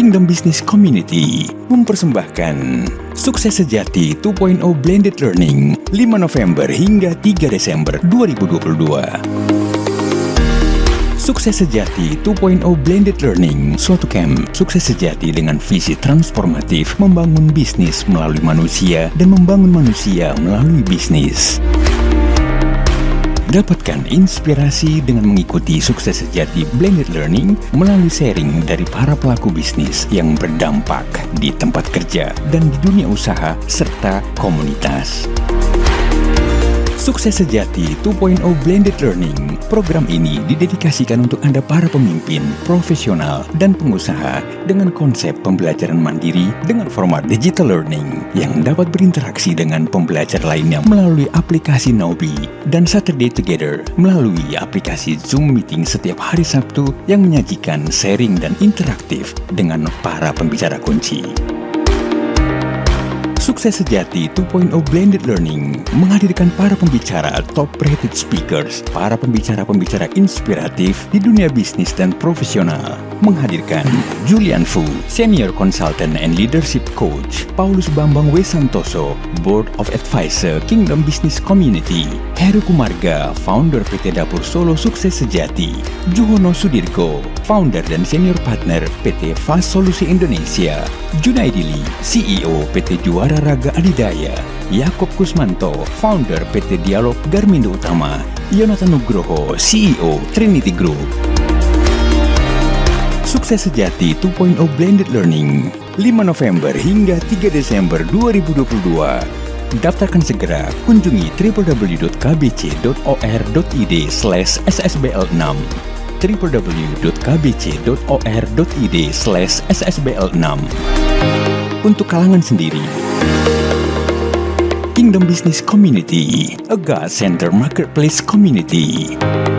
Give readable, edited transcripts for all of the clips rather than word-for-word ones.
Kingdom Business Community mempersembahkan Sukses Sejati 2.0 Blended Learning 5 November hingga 3 Desember 2022. Sukses Sejati 2.0 Blended Learning, suatu camp sukses sejati dengan visi transformatif membangun bisnis melalui manusia dan membangun manusia melalui bisnis. Dapatkan inspirasi dengan mengikuti Sukses Sejati Blended Learning melalui sharing dari para pelaku bisnis yang berdampak di tempat kerja dan di dunia usaha serta komunitas. Sukses Sejati 2.0 Blended Learning. Program ini didedikasikan untuk Anda para pemimpin, profesional, dan pengusaha dengan konsep pembelajaran mandiri dengan format digital learning yang dapat berinteraksi dengan pembelajar lainnya melalui aplikasi Naubi dan Saturday Together melalui aplikasi Zoom Meeting setiap hari Sabtu yang menyajikan sharing dan interaktif dengan para pembicara kunci. Sukses Sejati 2.0 Blended Learning menghadirkan para pembicara top rated speakers, para pembicara-pembicara inspiratif di dunia bisnis dan profesional. Menghadirkan Julian Fu, Senior Consultant and Leadership Coach, Paulus Bambang W. Santoso, Board of Advisor Kingdom Business Community, Heru Kumarga, Founder PT Dapur Solo Sukses Sejati, Juhono Sudirgo, Founder dan Senior Partner PT Fast Solusi Indonesia, Junaidili, CEO PT Juara Raga Adidaya, Yakob Kusmanto, Founder PT Dialog Garmindo Utama, Yonatan Nugroho, CEO Trinity Group. Sukses Sejati 2.0 Blended Learning 5 November hingga 3 Desember 2022. Daftarkan segera, kunjungi www.kbc.or.id/ssbl6 www.kbc.or.id/ssbl6 Untuk kalangan sendiri. Kingdom Business Community, a God Center Marketplace Community.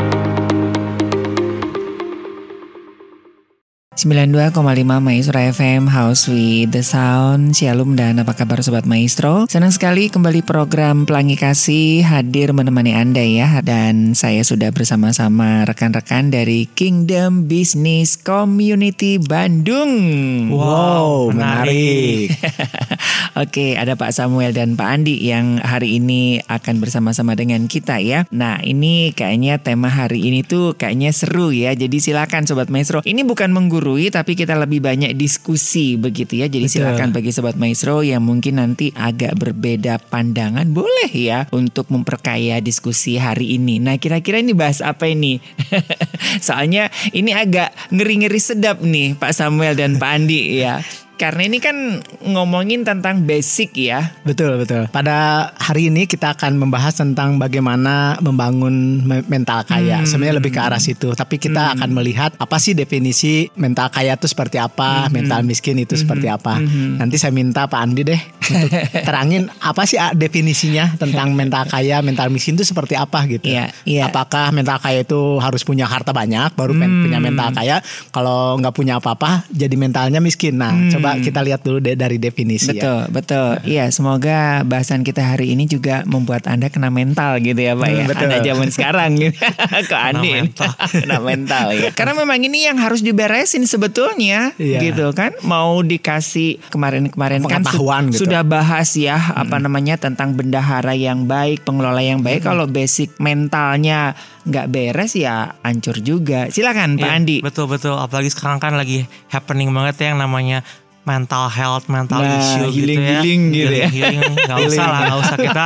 92,5 Maestro FM, House with the Sound. Shalom dan apa kabar Sobat Maestro? Senang sekali kembali program Pelangi Kasih hadir menemani Anda ya. Dan saya sudah bersama-sama rekan-rekan dari Kingdom Business Community Bandung. Wow, menarik. Oke, ada Pak Samuel dan Pak Andi yang hari ini akan bersama-sama dengan kita ya. Nah, ini kayaknya tema hari ini tuh kayaknya seru ya. Jadi silakan Sobat Maestro. Ini bukan menggurui tapi kita lebih banyak diskusi begitu ya. Jadi silakan bagi Sobat Maestro yang mungkin nanti agak berbeda pandangan boleh ya untuk memperkaya diskusi hari ini. Nah, kira-kira ini bahas apa ini? Soalnya ini agak ngeri-ngeri sedap nih Pak Samuel dan Pak Andi ya. Karena ini kan ngomongin tentang basic ya. Betul. Pada hari ini kita akan membahas tentang bagaimana membangun mental kaya. Sebenarnya lebih ke arah situ. Tapi kita akan melihat apa sih definisi mental kaya itu seperti apa, mental miskin itu seperti apa. Nanti saya minta Pak Andi deh untuk terangin apa sih definisinya tentang mental kaya, mental miskin itu seperti apa gitu. Iya. Apakah mental kaya itu harus punya harta banyak baru punya mental kaya? Kalau nggak punya apa-apa jadi mentalnya miskin. Nah, coba kita lihat dulu dari definisi. Betul. Iya, semoga bahasan kita hari ini juga membuat Anda kena mental gitu ya Pak ya. Betul. Anak zaman sekarang gitu. Ke Andi kena mental ya. Karena memang ini yang harus diberesin sebetulnya gitu kan. Mau dikasih kemarin-kemarin kan gitu. Sudah bahas ya apa namanya tentang bendahara yang baik, pengelola yang baik. Kalau basic mentalnya nggak beres ya hancur juga. Silakan Pak Andi. Betul. Apalagi sekarang kan lagi happening banget ya yang namanya mental health, mental issue healing gitu ya. Healing. Gak usah kita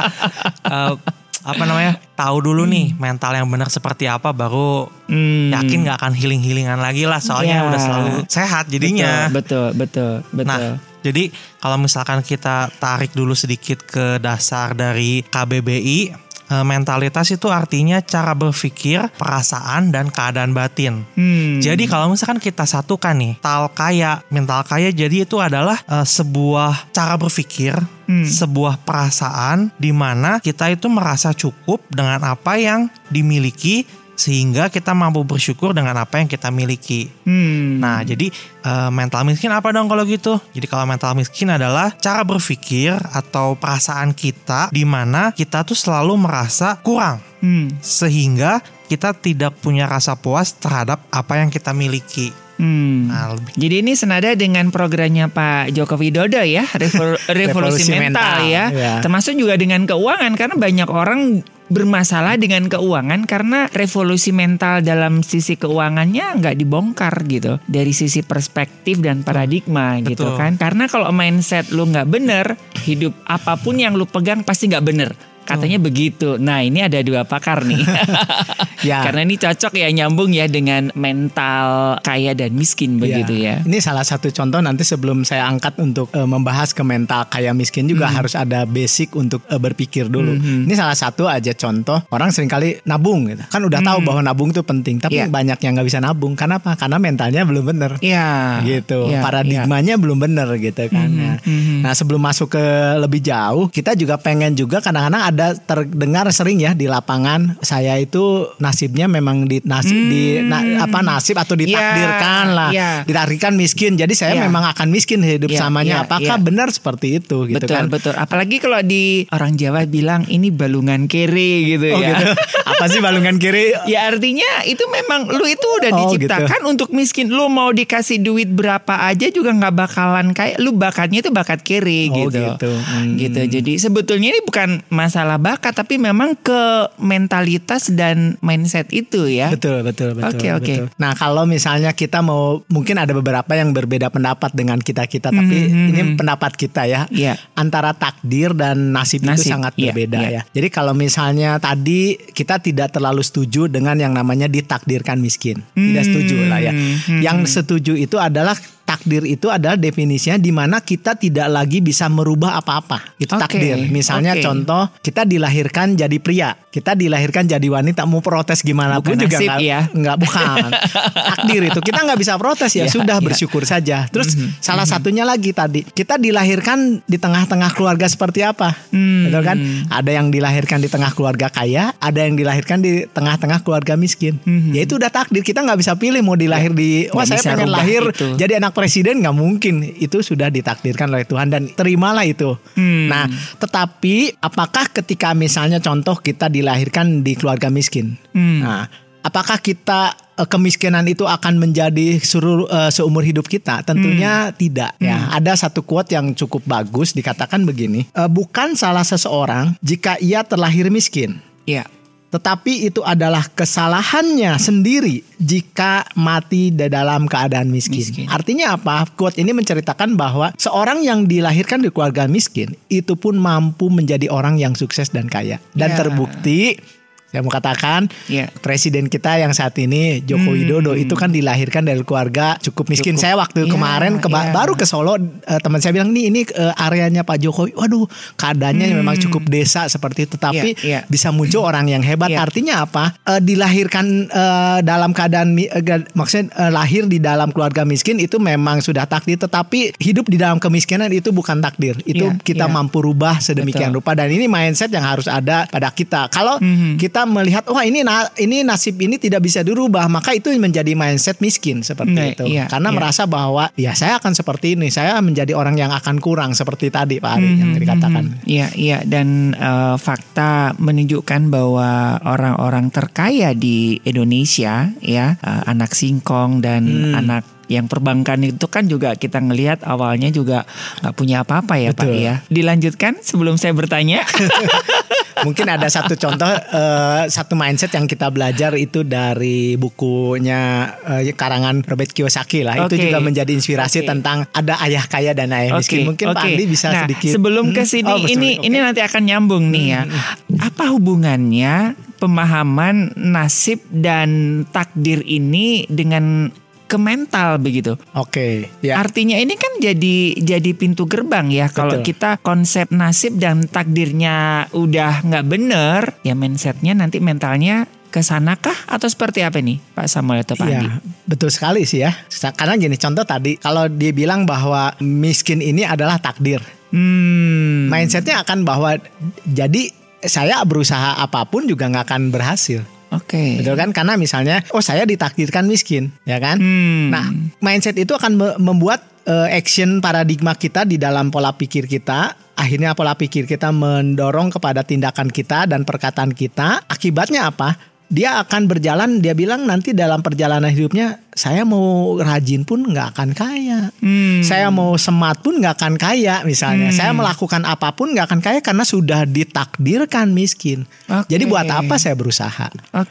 tahu dulu nih mental yang benar seperti apa, baru yakin gak akan healing-healingan lagi lah. Soalnya udah selalu sehat jadinya. Betul. Nah, jadi kalau misalkan kita tarik dulu sedikit ke dasar dari KBBI, mentalitas itu artinya cara berpikir, perasaan, dan keadaan batin. Jadi kalau misalkan kita satukan nih, mental kaya jadi itu adalah sebuah cara berpikir, sebuah perasaan di mana kita itu merasa cukup dengan apa yang dimiliki sehingga kita mampu bersyukur dengan apa yang kita miliki. Nah, jadi mental miskin apa dong kalau gitu? Jadi kalau mental miskin adalah cara berpikir atau perasaan kita di mana kita tuh selalu merasa kurang, sehingga kita tidak punya rasa puas terhadap apa yang kita miliki. Nah, Jadi ini senada dengan programnya Pak Joko Widodo ya, revolusi mental ya. Termasuk juga dengan keuangan, karena banyak orang bermasalah dengan keuangan karena revolusi mental dalam sisi keuangannya nggak dibongkar gitu, dari sisi perspektif dan paradigma gitu kan. Karena kalau mindset lu nggak bener, hidup apapun yang lu pegang pasti nggak bener. Katanya begitu. Nah, ini ada dua pakar nih. Karena ini cocok ya, nyambung ya dengan mental kaya dan miskin begitu ya. Ini salah satu contoh, nanti sebelum saya angkat untuk membahas ke mental kaya miskin juga harus ada basic untuk berpikir dulu. Ini salah satu aja contoh, orang seringkali nabung gitu. Kan udah tahu bahwa nabung itu penting, tapi banyak yang nggak bisa nabung. Kenapa? Karena mentalnya belum bener. Gitu. Paradigmanya belum bener gitu kan. Nah, sebelum masuk ke lebih jauh, kita juga pengen juga kadang-kadang ada terdengar sering ya di lapangan, saya itu nasibnya memang nasib atau ditakdirkan lah, ditakdirkan miskin. Jadi saya memang akan miskin hidup samanya. Apakah benar seperti itu gitu kan? Betul. Apalagi kalau di orang Jawa bilang ini balungan kere gitu ya. Gitu. Apa sih balungan kere? Ya artinya itu memang lu itu udah diciptakan untuk miskin. Lu mau dikasih duit berapa aja juga nggak bakalan kayak lu, bakatnya itu bakat kere gitu. Gitu. Jadi sebetulnya ini bukan masalah bakat, tapi memang ke mentalitas dan mindset itu ya. Betul. Betul. Nah, kalau misalnya kita mau, mungkin ada beberapa yang berbeda pendapat dengan kita, tapi ini pendapat kita ya. Antara takdir dan nasib itu sangat berbeda ya. Jadi kalau misalnya tadi kita tidak terlalu setuju dengan yang namanya ditakdirkan miskin. Tidak setuju lah ya. Yang setuju itu adalah takdir itu adalah definisinya di mana kita tidak lagi bisa merubah apa-apa. Itu takdir. Misalnya contoh, kita dilahirkan jadi pria, kita dilahirkan jadi wanita, mau protes gimana pun juga nggak bukan. Takdir itu kita nggak bisa protes ya, sudah bersyukur saja. Terus salah satunya lagi tadi, kita dilahirkan di tengah-tengah keluarga seperti apa, betul kan? Ada yang dilahirkan di tengah keluarga kaya, ada yang dilahirkan di tengah-tengah keluarga miskin. Ya itu udah takdir, kita nggak bisa pilih mau dilahir di, saya pengen lahir jadi anak presiden, nggak mungkin. Itu sudah ditakdirkan oleh Tuhan dan terimalah itu. Nah, tetapi apakah ketika misalnya contoh kita dilahirkan di keluarga miskin, nah, apakah kita kemiskinan itu akan menjadi seumur hidup kita? Tentunya tidak ya. Ada satu quote yang cukup bagus, dikatakan begini, bukan salah seseorang jika ia terlahir miskin. Tetapi itu adalah kesalahannya sendiri jika mati di dalam keadaan miskin. Artinya apa? Quote ini menceritakan bahwa seorang yang dilahirkan di keluarga miskin itu pun mampu menjadi orang yang sukses dan kaya. Dan terbukti, saya mau katakan, presiden kita yang saat ini Joko Widodo itu kan dilahirkan dari keluarga cukup miskin. Saya waktu kemarin baru ke Solo, teman saya bilang ini areanya Pak Jokowi. Waduh, keadaannya memang cukup desa seperti itu, tapi bisa muncul orang yang hebat. Artinya apa? Dilahirkan dalam keadaan maksudnya lahir di dalam keluarga miskin itu memang sudah takdir, tetapi hidup di dalam kemiskinan itu bukan takdir. Itu kita mampu rubah sedemikian rupa, dan ini mindset yang harus ada pada kita. Kalau kita melihat ini nasib ini tidak bisa dirubah, maka itu menjadi mindset miskin seperti itu. Karena merasa bahwa saya akan seperti ini, saya menjadi orang yang akan kurang seperti tadi Pak Ari yang dikatakan. Dan fakta menunjukkan bahwa orang-orang terkaya di Indonesia anak singkong dan anak yang perbankan itu kan juga kita ngelihat awalnya juga nggak punya apa-apa ya. Betul. Pak ya. Dilanjutkan sebelum saya bertanya. Mungkin ada satu contoh, satu mindset yang kita belajar itu dari bukunya karangan Robert Kiyosaki lah. Itu juga menjadi inspirasi tentang ada ayah kaya dan ayah miskin. Mungkin Pak Andi bisa sedikit. Sebelum ke sini ini nanti akan nyambung nih ya. Apa hubungannya pemahaman nasib dan takdir ini dengan ke mental begitu? Artinya ini kan jadi pintu gerbang ya. Kalau kita konsep nasib dan takdirnya udah nggak bener, ya mindsetnya nanti mentalnya kesanakah atau seperti apa nih Pak Samuel atau Pak Andi? Betul sekali sih ya. Karena gini, contoh tadi kalau dia bilang bahwa miskin ini adalah takdir, mindsetnya akan bahwa jadi saya berusaha apapun juga nggak akan berhasil. Betul kan? Karena misalnya, saya ditakdirkan miskin, ya kan? Nah, mindset itu akan membuat action paradigma kita di dalam pola pikir kita. Akhirnya pola pikir kita mendorong kepada tindakan kita dan perkataan kita. Akibatnya apa? dia akan berjalan, dia bilang nanti dalam perjalanan hidupnya, saya mau rajin pun nggak akan kaya. Saya mau smart pun nggak akan kaya misalnya. Saya melakukan apapun nggak akan kaya karena sudah ditakdirkan miskin. Jadi buat apa saya berusaha?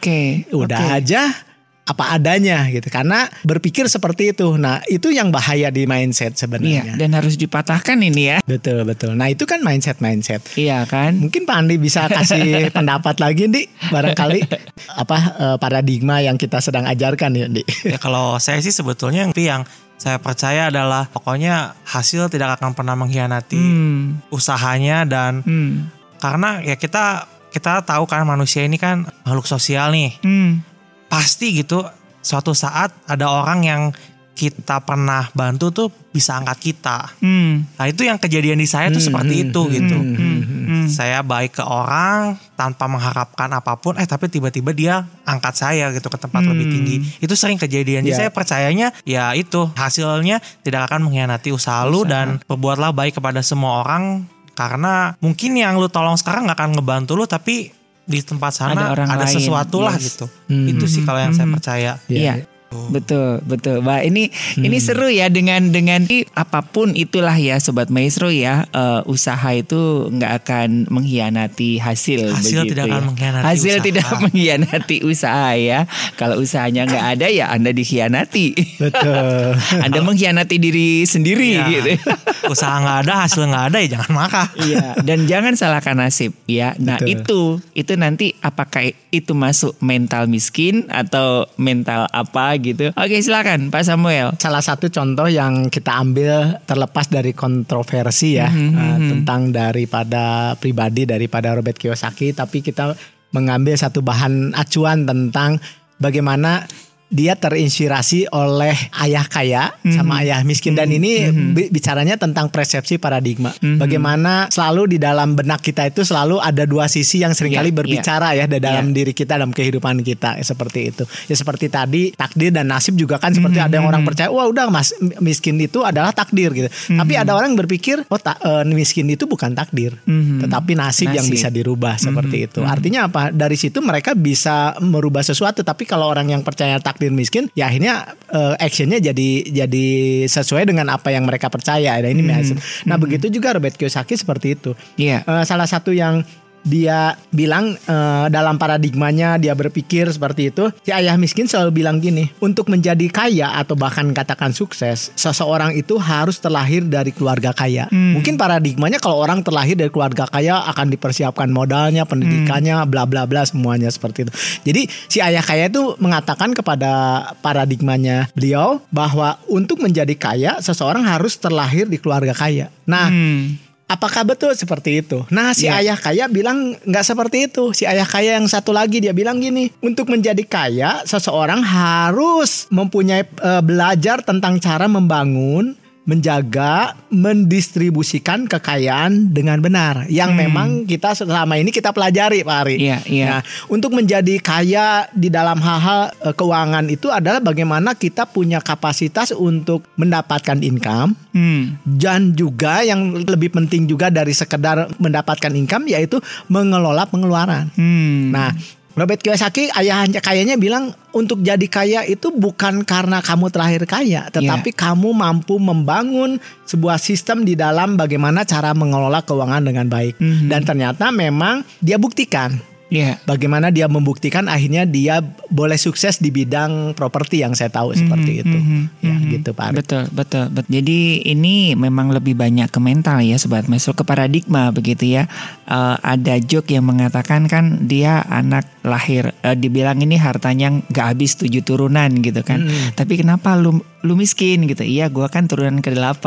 Udah aja apa adanya gitu, karena berpikir seperti itu. Nah itu yang bahaya di mindset sebenarnya. Iya, dan harus dipatahkan ini ya. Betul. Nah itu kan mindset. Iya kan. Mungkin Pak Andi bisa kasih pendapat lagi, Di, barangkali paradigma yang kita sedang ajarkan ya, Di. Ya kalau saya sih sebetulnya yang saya percaya adalah pokoknya hasil tidak akan pernah mengkhianati usahanya, dan karena ya kita tahu kan manusia ini kan makhluk sosial nih. Pasti gitu suatu saat ada orang yang kita pernah bantu tuh bisa angkat kita. Nah itu yang kejadian di saya tuh seperti itu gitu. Saya baik ke orang tanpa mengharapkan apapun, tapi tiba-tiba dia angkat saya gitu ke tempat lebih tinggi. Itu sering kejadian. Jadi saya percayanya ya itu hasilnya tidak akan mengkhianati usaha lu, dan berbuatlah baik kepada semua orang, karena mungkin yang lu tolong sekarang gak akan ngebantu lu, tapi di tempat sana ada sesuatu lah gitu. Itu sih kalau yang saya percaya. Iya. Betul. Wah, ini seru ya dengan apapun itulah ya Sobat Maestro ya, usaha itu nggak akan mengkhianati hasil tidak akan mengkhianati hasil usaha. Tidak mengkhianati usaha ya. Kalau usahanya nggak ada ya Anda dikhianati. Betul. Anda mengkhianati diri sendiri gitu. Usaha nggak ada, hasil nggak ada, ya jangan makan. Iya. Dan jangan salahkan nasib ya. Nah itu nanti apakah itu masuk mental miskin atau mental apa gitu. Oke, silakan Pak Samuel. Salah satu contoh yang kita ambil terlepas dari kontroversi ya, tentang daripada Robert Kiyosaki, tapi kita mengambil satu bahan acuan tentang bagaimana dia terinspirasi oleh ayah kaya sama ayah miskin. Dan ini bicaranya tentang persepsi paradigma. Bagaimana selalu di dalam benak kita itu selalu ada dua sisi yang seringkali berbicara ya di dalam diri kita, dalam kehidupan kita, seperti itu. Ya seperti tadi takdir dan nasib juga kan seperti ada yang orang percaya, wah udah miskin itu adalah takdir gitu. Tapi ada orang yang berpikir, miskin itu bukan takdir, tetapi nasib yang bisa dirubah seperti itu. Artinya apa? Dari situ mereka bisa merubah sesuatu. Tapi kalau orang yang percaya takdir miskin, ya akhirnya actionnya jadi sesuai dengan apa yang mereka percaya. Nah begitu juga Robert Kiyosaki seperti itu. Salah satu yang dia bilang dalam paradigmanya dia berpikir seperti itu. Si ayah miskin selalu bilang gini, untuk menjadi kaya atau bahkan katakan sukses, seseorang itu harus terlahir dari keluarga kaya. Mungkin paradigmanya kalau orang terlahir dari keluarga kaya akan dipersiapkan modalnya, pendidikannya, bla bla bla, semuanya seperti itu. Jadi si ayah kaya itu mengatakan kepada paradigmanya beliau bahwa untuk menjadi kaya seseorang harus terlahir di keluarga kaya. Nah, apakah betul seperti itu? Nah si ayah kaya bilang nggak seperti itu. Si ayah kaya yang satu lagi dia bilang gini, untuk menjadi kaya seseorang harus mempunyai belajar tentang cara membangun, menjaga, mendistribusikan kekayaan dengan benar. Yang memang kita selama ini kita pelajari Pak Ari. Nah, untuk menjadi kaya di dalam hal-hal keuangan itu adalah bagaimana kita punya kapasitas untuk mendapatkan income. Dan juga yang lebih penting juga dari sekedar mendapatkan income yaitu mengelola pengeluaran. Nah, Robert Kiyosaki ayah kayanya bilang untuk jadi kaya itu bukan karena kamu terlahir kaya, tetapi kamu mampu membangun sebuah sistem di dalam bagaimana cara mengelola keuangan dengan baik. Dan ternyata memang dia buktikan. Bagaimana dia membuktikan akhirnya dia boleh sukses di bidang properti yang saya tahu seperti itu. Gitu Pak. Betul. Jadi ini memang lebih banyak ke mental ya Sobat Maestro, ke paradigma begitu ya. Ada joke yang mengatakan kan dia anak lahir, dibilang ini hartanya gak habis 7 turunan gitu kan. Tapi kenapa lu miskin gitu? Iya, gua kan turunan ke-8.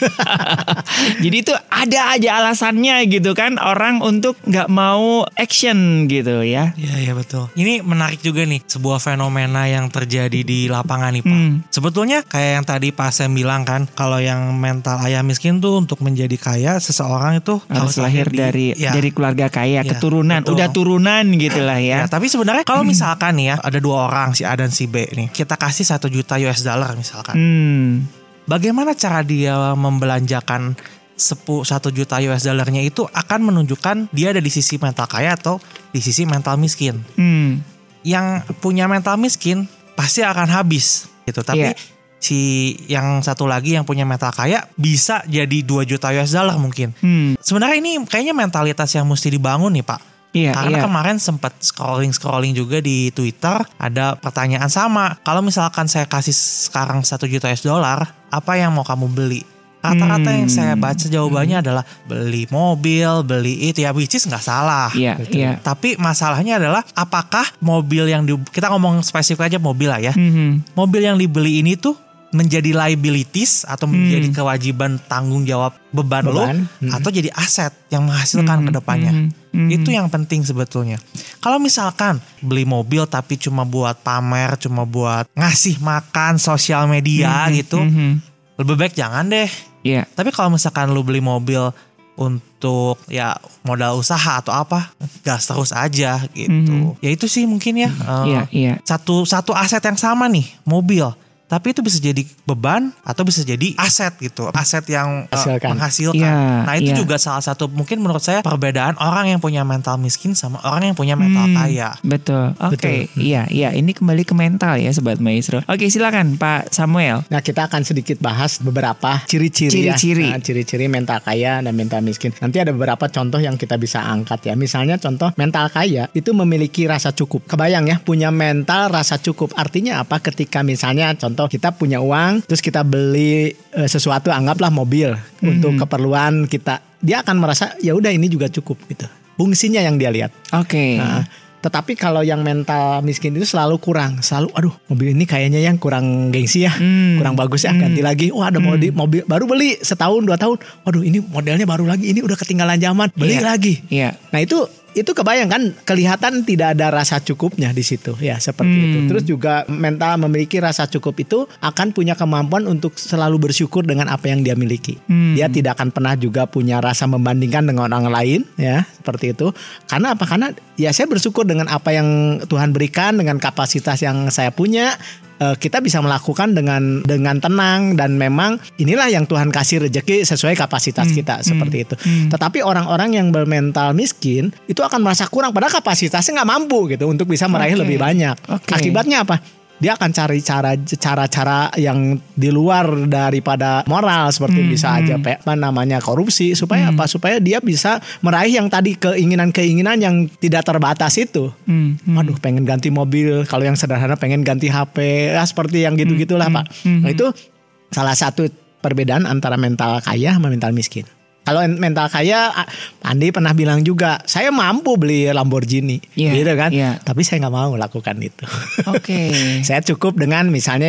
Jadi itu ada aja alasannya gitu kan orang untuk gak mau action gitu ya. Iya betul. Ini menarik juga nih, sebuah fenomena yang terjadi di lapangan nih Pak. Sebetulnya kayak yang tadi Pak Sam bilang kan, kalau yang mental ayah miskin tuh untuk menjadi kaya seseorang itu harus lahir dari keluarga kaya, keturunan, betul. Udah turunan gitulah ya. Tapi sebenarnya kalau misalkan nih ya ada 2 orang, si A dan si B nih, kita kasih $1 juta misalkan. Bagaimana cara dia membelanjakan 1 juta US-nya itu akan menunjukkan dia ada di sisi mental kaya atau di sisi mental miskin. yang punya mental miskin pasti akan habis gitu. Tapi si yang satu lagi yang punya mental kaya bisa jadi 2 juta US dollar mungkin. Sebenarnya ini kayaknya mentalitas yang mesti dibangun nih Pak. Karena kemarin sempat scrolling juga di Twitter, ada pertanyaan sama. Kalau misalkan saya kasih sekarang 1 juta US dollar, apa yang mau kamu beli? Rata-rata yang saya baca jawabannya adalah beli mobil, beli itu ya, which is nggak salah. Tapi masalahnya adalah apakah mobil yang kita ngomong spesifik aja mobil lah ya. Mobil yang dibeli ini tuh menjadi liabilities atau menjadi kewajiban tanggung jawab beban lo atau jadi aset yang menghasilkan ke depannya. Itu yang penting sebetulnya. Kalau misalkan beli mobil tapi cuma buat pamer, cuma buat ngasih makan sosial media gitu, lebih baik jangan deh. Tapi kalau misalkan lu beli mobil untuk ya modal usaha atau apa, gas terus aja gitu. Ya itu sih mungkin ya. Satu aset yang sama nih, mobil. Tapi itu bisa jadi beban atau bisa jadi aset gitu. Aset yang menghasilkan. Nah itu juga salah satu mungkin menurut saya perbedaan orang yang punya mental miskin sama orang yang punya mental kaya. Betul. Oke. Iya. Ini kembali ke mental ya Sobat Maestro. Oke, silakan Pak Samuel. Nah kita akan sedikit bahas beberapa ciri-ciri. Ciri-ciri mental kaya dan mental miskin. Nanti ada beberapa contoh yang kita bisa angkat ya. Misalnya contoh mental kaya itu memiliki rasa cukup. Kebayang ya, punya mental rasa cukup. Artinya apa? Ketika misalnya contoh kita punya uang, terus kita beli sesuatu, anggaplah mobil untuk keperluan kita, dia akan merasa ya udah ini juga cukup gitu. Fungsinya yang dia lihat. Nah, tetapi kalau yang mental miskin itu selalu kurang, aduh mobil ini kayaknya yang kurang gengsi ya, kurang bagus ya, ganti lagi. Wah ada mobil baru beli setahun 2 tahun, waduh ini modelnya baru lagi, ini udah ketinggalan zaman, beli lagi. Nah itu kebayang kan, kelihatan tidak ada rasa cukupnya di situ ya, seperti itu. Terus juga mental memiliki rasa cukup itu akan punya kemampuan untuk selalu bersyukur dengan apa yang dia miliki. Dia tidak akan pernah juga punya rasa membandingkan dengan orang lain ya, seperti itu. Karena apa? Karena ya saya bersyukur dengan apa yang Tuhan berikan, dengan kapasitas yang saya punya. Kita bisa melakukan dengan tenang, dan memang inilah yang Tuhan kasih rezeki sesuai kapasitas kita, seperti itu. Tetapi orang-orang yang bermental miskin itu akan merasa kurang, padahal kapasitasnya nggak mampu gitu untuk bisa meraih lebih banyak. Akibatnya apa? Dia akan cari cara-cara yang di luar daripada moral, seperti bisa aja korupsi, supaya apa? Supaya dia bisa meraih yang tadi keinginan-keinginan yang tidak terbatas itu. Waduh, pengen ganti mobil, kalau yang sederhana pengen ganti HP, ya seperti yang gitu-gitulah Pak. Nah itu salah satu perbedaan antara mental kaya sama mental miskin. Kalau mental kaya, Andi pernah bilang juga, saya mampu beli Lamborghini, gitu kan? Tapi saya nggak mau lakukan itu. Saya cukup dengan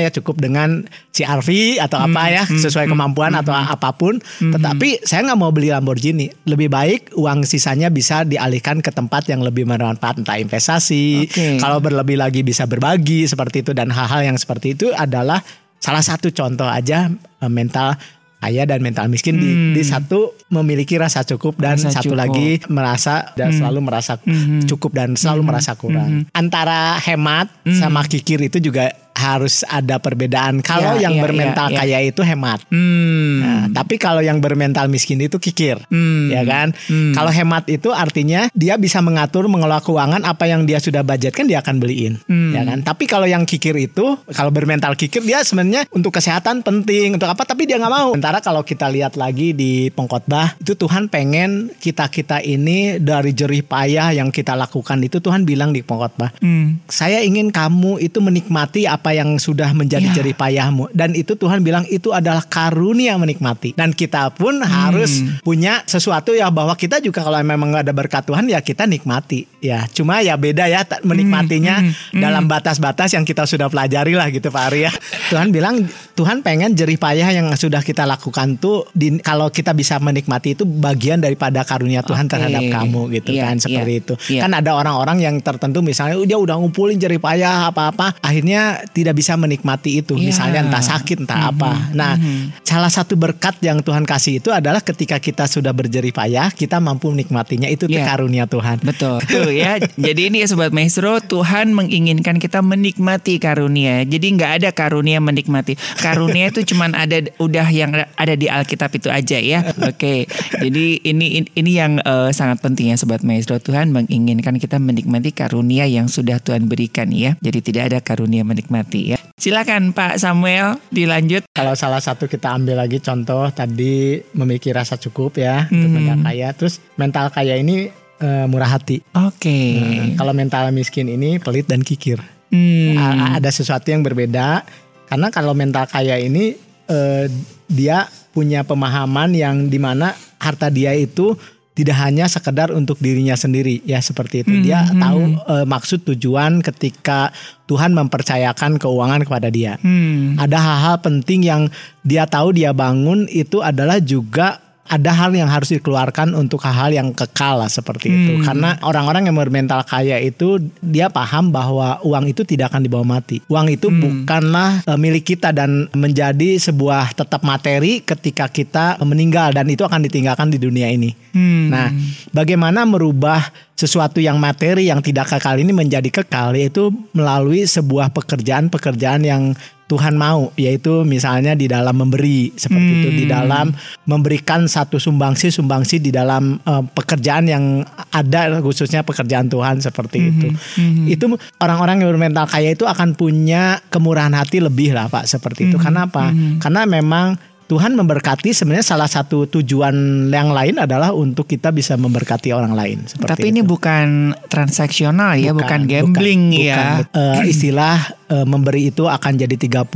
CR-V atau apa ya, sesuai kemampuan atau apapun. Tetapi saya nggak mau beli Lamborghini. Lebih baik uang sisanya bisa dialihkan ke tempat yang lebih bermanfaat, entah investasi. Kalau berlebih lagi bisa berbagi, seperti itu. Dan hal-hal yang seperti itu adalah salah satu contoh aja mental kaya dan mental miskin. Di satu memiliki rasa cukup dan lagi merasa dan selalu merasa cukup dan selalu merasa kurang. Antara hemat sama kikir itu juga harus ada perbedaan. Kalau yang bermental kaya itu hemat. Nah, tapi kalau yang bermental miskin itu kikir, ya kan? Kalau hemat itu artinya dia bisa mengatur, mengelola keuangan, apa yang dia sudah budgetkan dia akan beliin, ya kan? Tapi kalau yang kikir itu, kalau bermental kikir, dia sebenarnya untuk kesehatan penting, untuk apa? Tapi dia nggak mau. Sementara kalau kita lihat lagi di pengkhotbah, itu Tuhan pengen kita ini dari jerih payah yang kita lakukan itu, Tuhan bilang di pengkhotbah, saya ingin kamu itu menikmati apa yang sudah menjadi jerih payahmu. Dan itu Tuhan bilang itu adalah karunia menikmati. Dan kita pun harus punya sesuatu ya, bahwa kita juga kalau memang ada berkat Tuhan ya kita nikmati. Ya cuma ya beda ya menikmatinya dalam batas-batas yang kita sudah pelajari lah gitu Pak Ari ya. Tuhan bilang Tuhan pengen jerih payah yang sudah kita lakukan tuh kalau kita bisa menikmati itu bagian daripada karunia Tuhan terhadap kamu gitu kan, seperti itu. Kan ada orang-orang yang tertentu misalnya dia udah ngumpulin jerih payah apa-apa, akhirnya tidak bisa menikmati itu, misalnya entah sakit entah apa. Nah, salah satu berkat yang Tuhan kasih itu adalah ketika kita sudah berjerih payah, kita mampu menikmatinya, itu karunia Tuhan. Betul. Tuh ya. Jadi ini ya Sobat Maestro, Tuhan menginginkan kita menikmati karunia. Jadi nggak ada karunia menikmati. karunia itu cuman udah yang ada di Alkitab itu aja ya. Oke. Jadi ini yang sangat penting ya Sobat Maestro. Tuhan menginginkan kita menikmati karunia yang sudah Tuhan berikan ya. Jadi tidak ada karunia menikmati ya. Silakan Pak Samuel dilanjut. Kalau salah satu kita ambil lagi contoh tadi memiliki rasa cukup ya untuk mental kaya. Terus mental kaya ini murah hati. Oke. Nah, kalau mental miskin ini pelit dan kikir. Ada sesuatu yang berbeda. Karena kalau mental kaya ini dia punya pemahaman yang dimana harta dia itu tidak hanya sekedar untuk dirinya sendiri ya seperti itu. Dia tahu maksud tujuan ketika Tuhan mempercayakan keuangan kepada dia. Ada hal-hal penting yang dia tahu dia bangun itu adalah juga ada hal yang harus dikeluarkan untuk hal-hal yang kekal lah seperti itu. Karena orang-orang yang bermental kaya itu dia paham bahwa uang itu tidak akan dibawa mati. Uang itu bukanlah milik kita dan menjadi sebuah tetap materi ketika kita meninggal dan itu akan ditinggalkan di dunia ini. Nah, bagaimana merubah sesuatu yang materi yang tidak kekal ini menjadi kekal, yaitu melalui sebuah pekerjaan yang Tuhan mau, yaitu misalnya di dalam memberi seperti itu, di dalam memberikan satu sumbangsi di dalam pekerjaan yang ada, khususnya pekerjaan Tuhan seperti itu. Itu orang-orang yang bermental kaya itu akan punya kemurahan hati lebih lah Pak seperti itu. Karena apa? Karena memang Tuhan memberkati, sebenarnya salah satu tujuan yang lain adalah untuk kita bisa memberkati orang lain. Tapi ini bukan transaksional ya, bukan gambling ya. Istilah memberi itu akan jadi 30,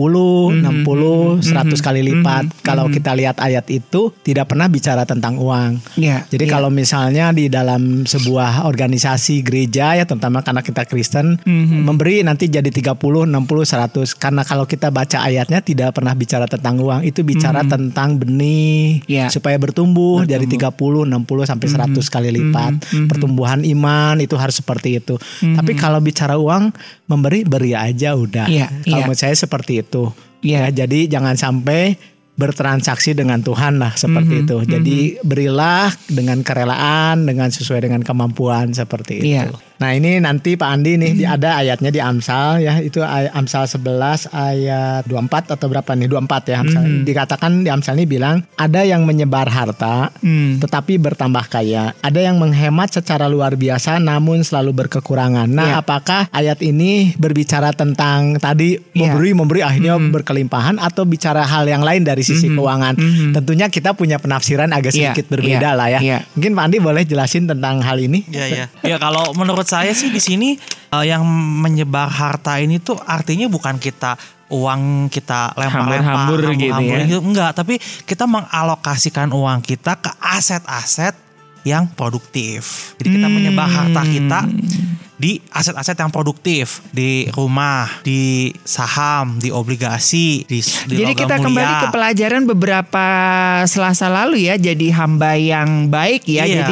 60, 100 kali lipat. Kalau kita lihat ayat itu tidak pernah bicara tentang uang. Jadi kalau misalnya di dalam sebuah organisasi gereja ya, terutama karena kita Kristen, memberi nanti jadi 30, 60, 100. Karena kalau kita baca ayatnya tidak pernah bicara tentang uang. Itu bicara tentang benih supaya bertumbuh dari 30, 60 sampai 100 kali lipat. Pertumbuhan iman itu harus seperti itu. Tapi kalau bicara uang, beri aja udah. Kalau menurut saya seperti itu. Ya, jadi jangan sampai bertransaksi dengan Tuhan lah seperti itu. Jadi berilah dengan kerelaan, dengan sesuai dengan kemampuan seperti itu. Nah ini nanti Pak Andi nih ada ayatnya di Amsal ya, itu Amsal 11 ayat 24 atau berapa nih, 24 ya Amsal. Dikatakan di Amsal ini bilang ada yang menyebar harta tetapi bertambah kaya, ada yang menghemat secara luar biasa namun selalu berkekurangan. Nah apakah ayat ini berbicara tentang tadi memberi akhirnya berkelimpahan, atau bicara hal yang lain dari sisi keuangan? Tentunya kita punya penafsiran agak sedikit berbeda lah ya. Mungkin Pak Andi boleh jelasin tentang hal ini? Ya kalau menurut saya sih di sini yang menyebar harta ini tuh artinya bukan kita uang kita lempar-lempar gitu ya. Enggak, tapi kita mengalokasikan uang kita ke aset-aset yang produktif. Jadi kita menyebar harta kita di aset-aset yang produktif, di rumah, di saham, di obligasi, di jadi kita mulia. Kembali ke pelajaran beberapa Selasa lalu ya, jadi hamba yang baik ya. Jadi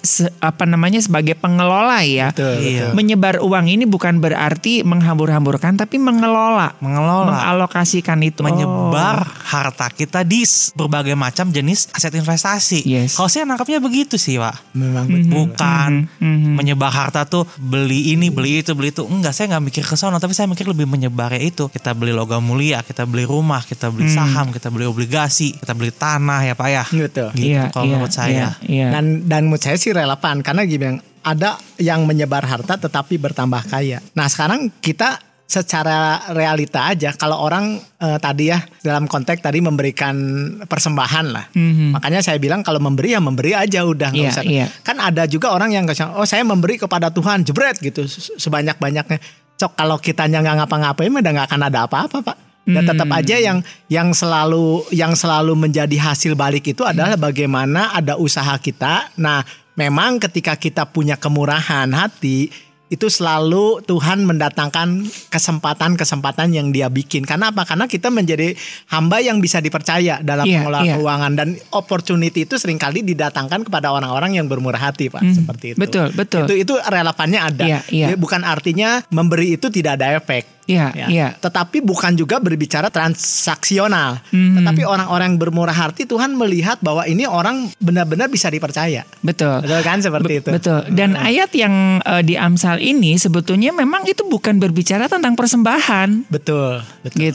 sebagai pengelola ya. Betul. Menyebar uang ini bukan berarti menghambur-hamburkan, tapi mengelola, mengalokasikan itu. Menyebar harta kita di berbagai macam jenis aset investasi. Kalau saya nangkapnya begitu sih Pak. Memang betul. Bukan menyebar harta tuh beli ini, beli itu. Enggak, saya gak mikir ke sana, tapi saya mikir lebih menyebarnya itu. Kita beli logam mulia, kita beli rumah, kita beli saham, kita beli obligasi, kita beli tanah ya Pak ya. Betul. Gitu kalau menurut saya. Dan menurut saya sih relevan, karena gini, ada yang menyebar harta tetapi bertambah kaya. Nah sekarang kita secara realita aja, kalau orang tadi ya dalam konteks tadi memberikan persembahan lah, makanya saya bilang kalau memberi ya memberi aja udah, nggak usah. Kan ada juga orang yang saya memberi kepada Tuhan jebret gitu sebanyak-banyaknya. Cok kalau kitanya nggak ngapa-ngapain udah nggak akan ada apa-apa Pak. Dan tetap aja yang selalu menjadi hasil balik itu adalah bagaimana ada usaha kita. Nah memang ketika kita punya kemurahan hati, itu selalu Tuhan mendatangkan kesempatan-kesempatan yang Dia bikin. Karena apa? Karena kita menjadi hamba yang bisa dipercaya dalam pengelolaan keuangan, dan opportunity itu seringkali didatangkan kepada orang-orang yang bermurah hati, Pak. Seperti itu. Betul. Itu relevannya ada. Bukan artinya memberi itu tidak ada efek. Tetapi bukan juga berbicara transaksional. Tetapi orang-orang yang bermurah hati, Tuhan melihat bahwa ini orang benar-benar bisa dipercaya. Betul kan, seperti itu. Betul. Dan ayat yang di Amsal ini sebetulnya memang itu bukan berbicara tentang persembahan. Betul. Gitu.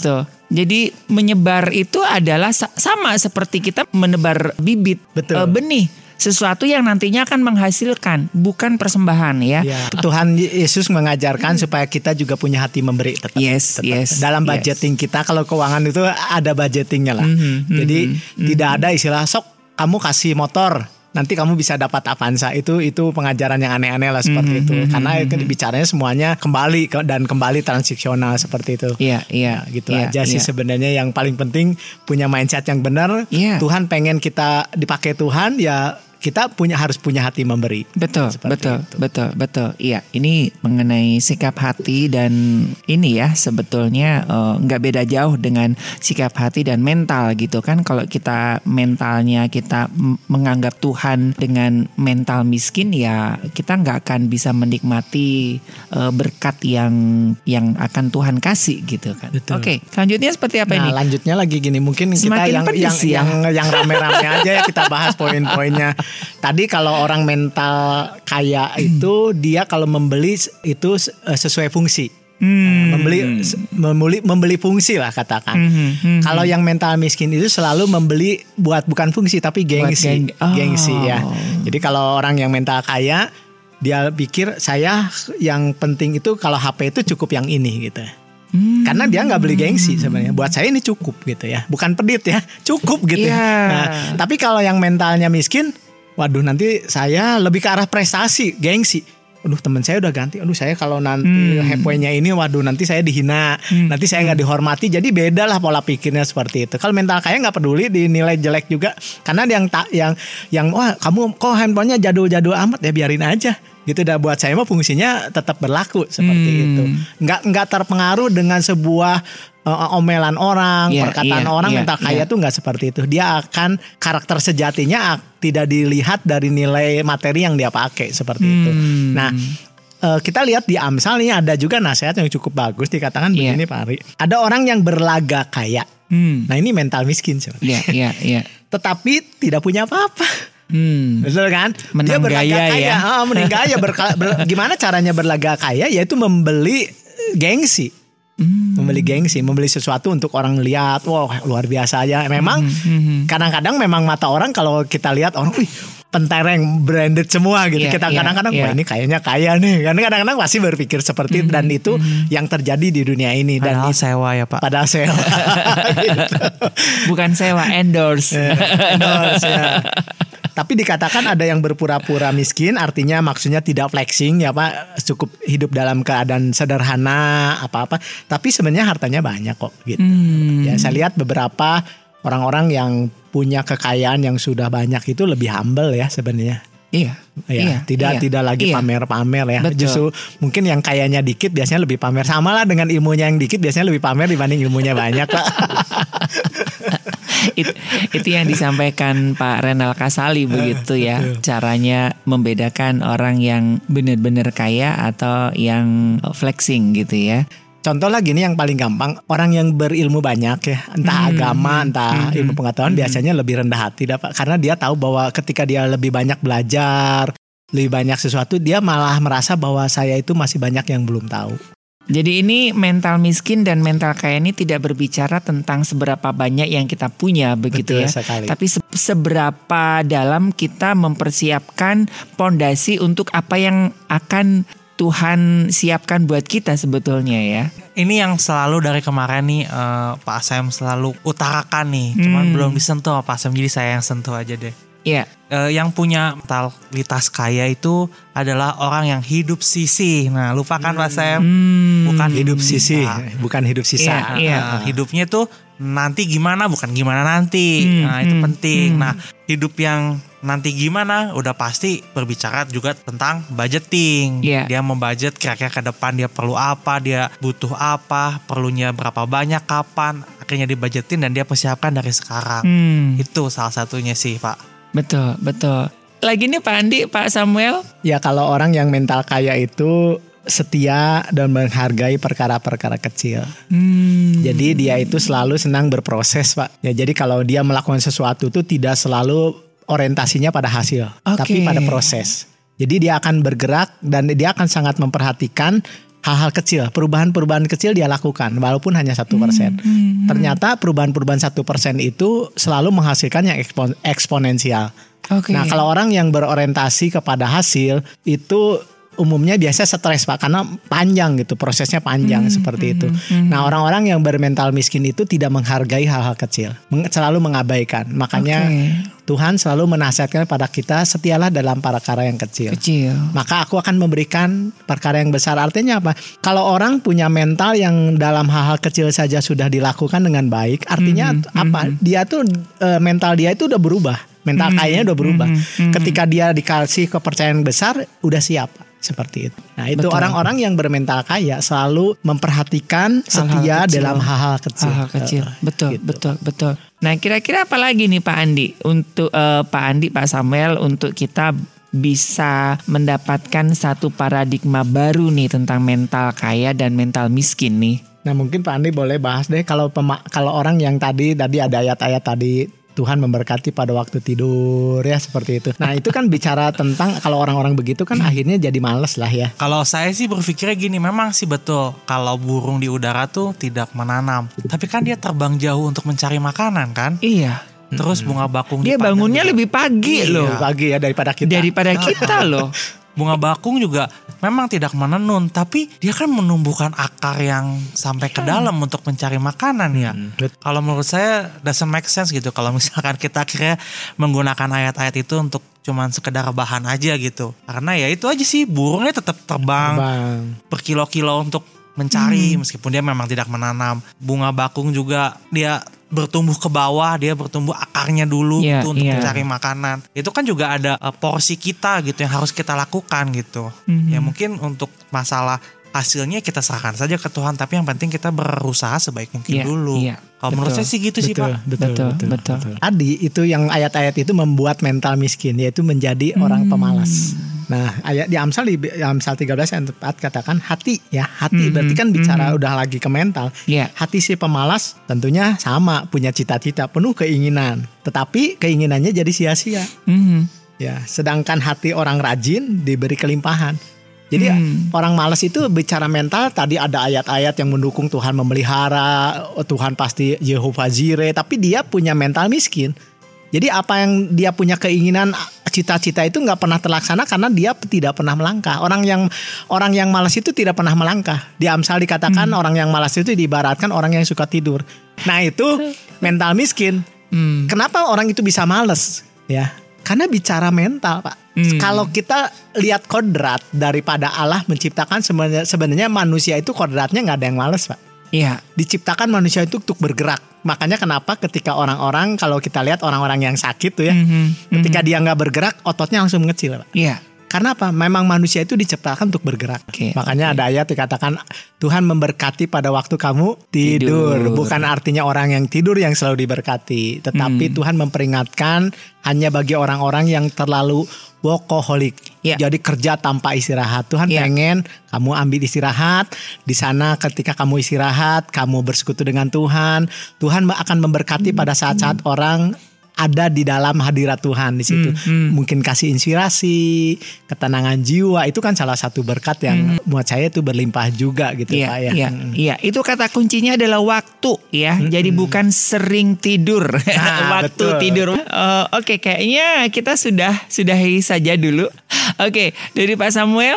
Jadi menyebar itu adalah sama seperti kita menebar bibit benih. Sesuatu yang nantinya akan menghasilkan, bukan persembahan ya. Tuhan Yesus mengajarkan supaya kita juga punya hati memberi tetap. Yes. Dalam budgeting kita, kalau keuangan itu ada budgetingnya lah. Jadi tidak ada istilah sok kamu kasih motor, nanti kamu bisa dapat Avanza. Itu pengajaran yang aneh-aneh lah seperti itu. Karena itu bicaranya semuanya kembali transaksional seperti itu. Iya. Gitu aja sih sebenarnya yang paling penting, punya mindset yang benar. Tuhan pengen kita dipakai Tuhan, ya kita harus punya hati memberi. Betul. Iya, ini mengenai sikap hati, dan ini ya sebetulnya nggak beda jauh dengan sikap hati dan mental gitu kan. Kalau kita mentalnya kita menganggap Tuhan dengan mental miskin, ya kita nggak akan bisa menikmati berkat yang akan Tuhan kasih gitu kan. Oke, selanjutnya seperti apa ini? Lanjutnya lagi gini, mungkin Semakin kita yang rame-rame aja ya, kita bahas poin-poinnya. Tadi kalau orang mental kaya itu dia kalau membeli itu sesuai fungsi. Membeli fungsi lah katakan. Kalau yang mental miskin itu selalu membeli bukan fungsi tapi gengsi. Gengsi ya. Jadi kalau orang yang mental kaya, dia pikir saya yang penting itu kalau HP itu cukup yang ini gitu. Karena dia nggak beli gengsi sebenarnya. Buat saya ini cukup gitu ya. Bukan pedit ya, cukup gitu. Nah, tapi kalau yang mentalnya miskin, waduh nanti saya lebih ke arah prestasi, gengsi. Aduh teman saya udah ganti. Aduh saya kalau nanti HP-nya ini, waduh nanti saya dihina, nanti saya nggak dihormati. Jadi beda lah pola pikirnya seperti itu. Kalau mental kaya nggak peduli dinilai jelek juga. Karena yang wah kamu kok handphonenya jadul-jadul amat ya, biarin aja. Gitu. Dan buat saya mah fungsinya tetap berlaku seperti itu. Nggak terpengaruh dengan sebuah omelan orang, perkataan orang. Mental kaya tuh nggak seperti itu. Dia akan karakter sejatinya tidak dilihat dari nilai materi yang dia pakai seperti itu. Nah, kita lihat di Amsal ini ada juga nasihat yang cukup bagus, dikatakan begini Pak Ari. Ada orang yang berlagak kaya. Nah ini mental miskin sebenarnya. Tetapi tidak punya apa-apa. Betul kan? Dia berlagak kaya. Menang gaya. Gimana caranya berlagak kaya? Yaitu membeli gengsi. Membeli gengsi, membeli sesuatu untuk orang lihat, wah luar biasa ya. Memang kadang-kadang memang mata orang kalau kita lihat orang, wih pentereng branded semua gitu. Kita kadang-kadang wah ini kayaknya kaya nih. Karena kadang-kadang pasti berpikir seperti itu, dan itu yang terjadi di dunia ini. Padahal dan sewa ya Pak. Padahal sewa. Gitu. Bukan sewa, endorse. Endorse ya. Tapi dikatakan ada yang berpura-pura miskin, artinya maksudnya tidak flexing ya Pak, cukup hidup dalam keadaan sederhana apa-apa, tapi sebenarnya hartanya banyak kok gitu. Ya saya lihat beberapa orang-orang yang punya kekayaan yang sudah banyak itu lebih humble ya sebenarnya. Tidak lagi pamer-pamer ya. Betul. Justru mungkin yang kayanya dikit biasanya lebih pamer. Sama lah dengan ilmunya yang dikit biasanya lebih pamer dibanding ilmunya banyak Pak. Itu yang disampaikan Pak Renal Kasali begitu ya. Caranya membedakan orang yang benar-benar kaya atau yang flexing gitu ya. Contoh lagi nih yang paling gampang, orang yang berilmu banyak ya, entah agama, entah ilmu pengetahuan, biasanya lebih rendah hati Pak, karena dia tahu bahwa ketika dia lebih banyak belajar, lebih banyak sesuatu, dia malah merasa bahwa saya itu masih banyak yang belum tahu. Jadi ini mental miskin dan mental kaya ini tidak berbicara tentang seberapa banyak yang kita punya begitu. Betul, ya sekali. Tapi seberapa dalam kita mempersiapkan pondasi untuk apa yang akan Tuhan siapkan buat kita sebetulnya ya. Ini yang selalu dari kemarin nih Pak Sam selalu utarakan nih. Cuman belum disentuh Pak Sam, jadi saya yang sentuh aja deh. Iya. Yang punya mentalitas kaya itu adalah orang yang hidup sisih. Nah lupakan Pak Sam. Bukan hidup sisih, bukan hidup sisa. Hidupnya tuh nanti gimana, bukan gimana nanti. Nah itu penting. Nah hidup yang nanti gimana udah pasti berbicara juga tentang budgeting. Dia membudget kira-kira ke depan dia perlu apa, dia butuh apa, perlunya berapa banyak, kapan, akhirnya dibudgetin dan dia persiapkan dari sekarang. Itu salah satunya sih Pak. Betul. Lagi nih Pak Andi, Pak Samuel. Ya kalau orang yang mental kaya itu setia dan menghargai perkara-perkara kecil. Jadi dia itu selalu senang berproses Pak. Ya jadi kalau dia melakukan sesuatu itu tidak selalu orientasinya pada hasil, tapi pada proses. Jadi dia akan bergerak dan dia akan sangat memperhatikan hal-hal kecil, perubahan-perubahan kecil dia lakukan walaupun hanya 1%. Ternyata perubahan-perubahan 1% itu selalu menghasilkan yang eksponensial. Oke. Nah, kalau orang yang berorientasi kepada hasil itu umumnya biasa stres Pak, karena panjang gitu, prosesnya panjang seperti itu. Nah, orang-orang yang bermental miskin itu tidak menghargai hal-hal kecil, selalu mengabaikan. Makanya Tuhan selalu menasihatkan pada kita, setialah dalam perkara yang kecil. Maka aku akan memberikan perkara yang besar. Artinya apa? Kalau orang punya mental yang dalam hal-hal kecil saja sudah dilakukan dengan baik, artinya apa? Dia tuh mental dia itu udah berubah. Mental kayaknya udah berubah. Ketika dia dikasih kepercayaan besar, udah siap. Seperti itu. Nah, itu orang-orang yang bermental kaya selalu memperhatikan setia dalam hal-hal kecil. Hal-hal kecil. Betul, gitu. betul. Nah, kira-kira apa lagi nih Pak Andi untuk Pak Samuel untuk kita bisa mendapatkan satu paradigma baru nih tentang mental kaya dan mental miskin nih. Nah, mungkin Pak Andi boleh bahas deh kalau orang yang tadi ada ayat-ayat tadi, Tuhan memberkati pada waktu tidur ya, seperti itu. Nah, itu kan bicara tentang kalau orang-orang begitu kan akhirnya jadi males lah ya. Kalau saya sih berpikirnya gini, memang sih betul kalau burung di udara tuh tidak menanam. Tapi kan dia terbang jauh untuk mencari makanan kan? Iya. Terus bunga bakung dia bangunnya lebih pagi loh. Lebih pagi ya daripada kita loh. Bunga bakung juga memang tidak menenun, tapi dia kan menumbuhkan akar yang sampai ke dalam untuk mencari makanan ya. Kalau menurut saya doesn't make sense gitu kalau misalkan kita akhirnya menggunakan ayat-ayat itu untuk cuman sekedar bahan aja gitu. Karena ya itu aja sih, burungnya tetap terbang berkilo-kilo untuk mencari meskipun dia memang tidak menanam. Bunga bakung juga dia bertumbuh ke bawah, dia bertumbuh akarnya dulu gitu untuk mencari makanan. Itu kan juga ada porsi kita gitu yang harus kita lakukan gitu. Ya mungkin untuk masalah hasilnya kita serahkan saja ke Tuhan, tapi yang penting kita berusaha sebaik mungkin dulu. Kalau menurut saya sih gitu sih Pak. Betul. Tadi itu yang ayat-ayat itu membuat mental miskin, yaitu menjadi orang pemalas. Nah, ayat di Amsal 13 ayat 4 katakan hati berarti kan bicara udah lagi ke mental. Hati si pemalas tentunya sama, punya cita-cita, penuh keinginan, tetapi keinginannya jadi sia-sia. Ya, sedangkan hati orang rajin diberi kelimpahan. Jadi orang malas itu bicara mental, tadi ada ayat-ayat yang mendukung Tuhan memelihara, Tuhan pasti Jehovah Jireh, tapi dia punya mental miskin. Jadi apa yang dia punya keinginan, cita-cita itu nggak pernah terlaksana karena dia tidak pernah melangkah. Orang yang malas itu tidak pernah melangkah. Di Amsal dikatakan orang yang malas itu diibaratkan orang yang suka tidur. Nah, itu mental miskin. Kenapa orang itu bisa malas? Ya, karena bicara mental, Pak. Kalau kita lihat kodrat daripada Allah menciptakan, sebenarnya manusia itu kodratnya nggak ada yang malas, Pak. Iya. Diciptakan manusia itu untuk bergerak. Makanya kenapa ketika orang-orang, kalau kita lihat orang-orang yang sakit tuh ya, ketika dia nggak bergerak, ototnya langsung mengecil, Pak. Iya. Karena apa? Memang manusia itu diciptakan untuk bergerak. Makanya ada ayat dikatakan Tuhan memberkati pada waktu kamu tidur. Bukan artinya orang yang tidur yang selalu diberkati, tetapi Tuhan memperingatkan hanya bagi orang-orang yang terlalu workaholic. Jadi kerja tanpa istirahat. Tuhan pengen kamu ambil istirahat. Di sana ketika kamu istirahat, kamu bersekutu dengan Tuhan. Tuhan akan memberkati pada saat-saat orang ada di dalam hadirat Tuhan di situ. Mungkin kasih inspirasi, ketenangan jiwa, itu kan salah satu berkat yang buat saya itu berlimpah juga gitu Pak ya. Iya, itu kata kuncinya adalah waktu ya. Jadi bukan sering tidur. Waktu tidur. Oke, kayaknya kita sudahi saja dulu. Oke, dari Pak Samuel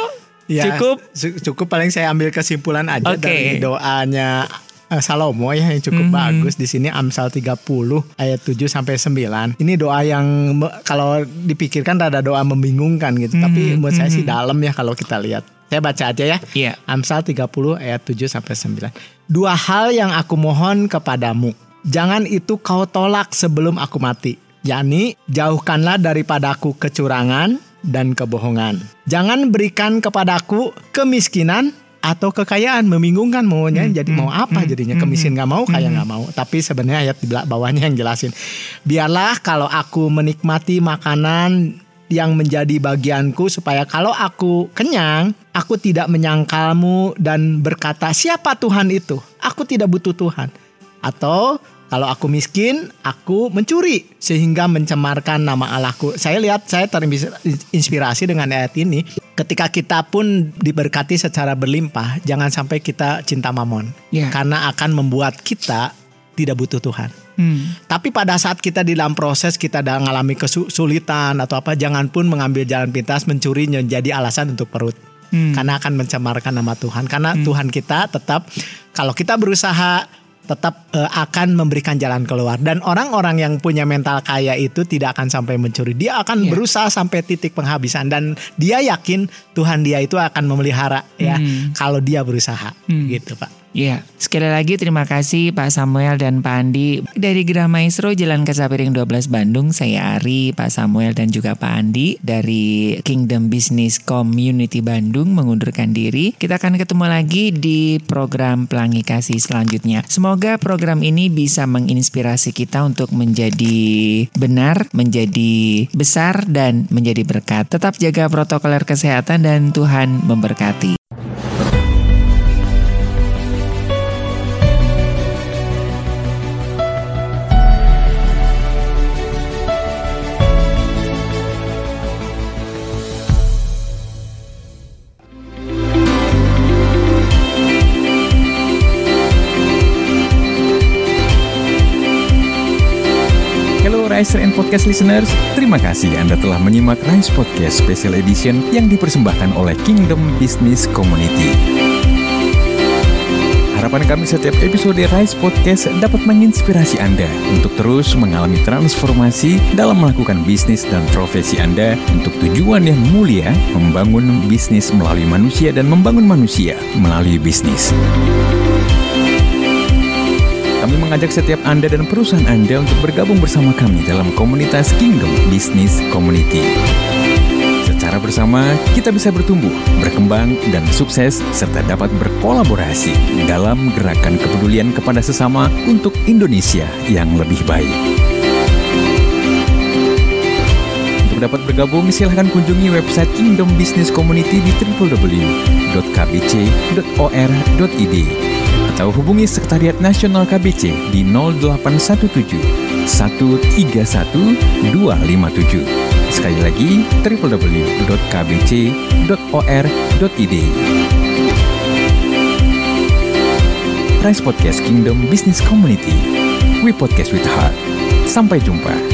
cukup paling saya ambil kesimpulan aja dari doanya Salomo ya, yang cukup bagus di sini, Amsal 30 ayat 7 sampai 9. Ini doa yang kalau dipikirkan rada doa membingungkan gitu, tapi buat saya sih dalam ya kalau kita lihat. Saya baca aja ya. Amsal 30 ayat 7 sampai 9. 2 hal yang aku mohon kepadamu, jangan itu kau tolak sebelum aku mati. yakni jauhkanlah daripadaku kecurangan dan kebohongan. Jangan berikan kepadaku kemiskinan atau kekayaan. Membingungkan maunya, jadi mau apa jadinya, kemiskin gak mau, kaya gak mau. Tapi sebenarnya ayat di bawahnya yang jelasin, biarlah kalau aku menikmati makanan yang menjadi bagianku, supaya kalau aku kenyang, aku tidak menyangkalmu dan berkata, siapa Tuhan itu? Aku tidak butuh Tuhan. Atau Kalau aku miskin, aku mencuri sehingga mencemarkan nama Allahku. Saya terinspirasi dengan ayat ini. Ketika kita pun diberkati secara berlimpah, jangan sampai kita cinta mamon. Karena akan membuat kita tidak butuh Tuhan. Tapi pada saat kita di dalam proses kita mengalami kesulitan atau apa, jangan pun mengambil jalan pintas mencuri menjadi alasan untuk perut. Karena akan mencemarkan nama Tuhan. Karena Tuhan kita tetap, kalau kita berusaha, tetap akan memberikan jalan keluar. Dan orang-orang yang punya mental kaya itu tidak akan sampai mencuri. Dia akan berusaha sampai titik penghabisan. Dan dia yakin Tuhan dia itu akan memelihara ya kalau dia berusaha gitu Pak. Ya, sekali lagi terima kasih Pak Samuel dan Pak Andi. Dari Gerah Maestro Jalan Kesapiring 12 Bandung, saya Ari, Pak Samuel dan juga Pak Andi dari Kingdom Business Community Bandung mengundurkan diri. Kita akan ketemu lagi di program Pelangi Kasih selanjutnya. Semoga program ini bisa menginspirasi kita untuk menjadi benar, menjadi besar dan menjadi berkat. Tetap jaga protokol kesehatan dan Tuhan memberkati. Rise and Podcast listeners, terima kasih Anda telah menyimak Rise Podcast Special Edition yang dipersembahkan oleh Kingdom Business Community. Harapan kami setiap episode Rise Podcast dapat menginspirasi Anda untuk terus mengalami transformasi dalam melakukan bisnis dan profesi Anda untuk tujuan yang mulia, membangun bisnis melalui manusia dan membangun manusia melalui bisnis. Kami mengajak setiap Anda dan perusahaan Anda untuk bergabung bersama kami dalam komunitas Kingdom Business Community. Secara bersama, kita bisa bertumbuh, berkembang, dan sukses, serta dapat berkolaborasi dalam gerakan kepedulian kepada sesama untuk Indonesia yang lebih baik. Untuk dapat bergabung, silahkan kunjungi website Kingdom Business Community di www.kbc.or.id atau hubungi Sekretariat Nasional KBC di 0817 131 257. Sekali lagi, www.kbc.or.id. Rise Podcast Kingdom Business Community. We podcast with heart. Sampai jumpa.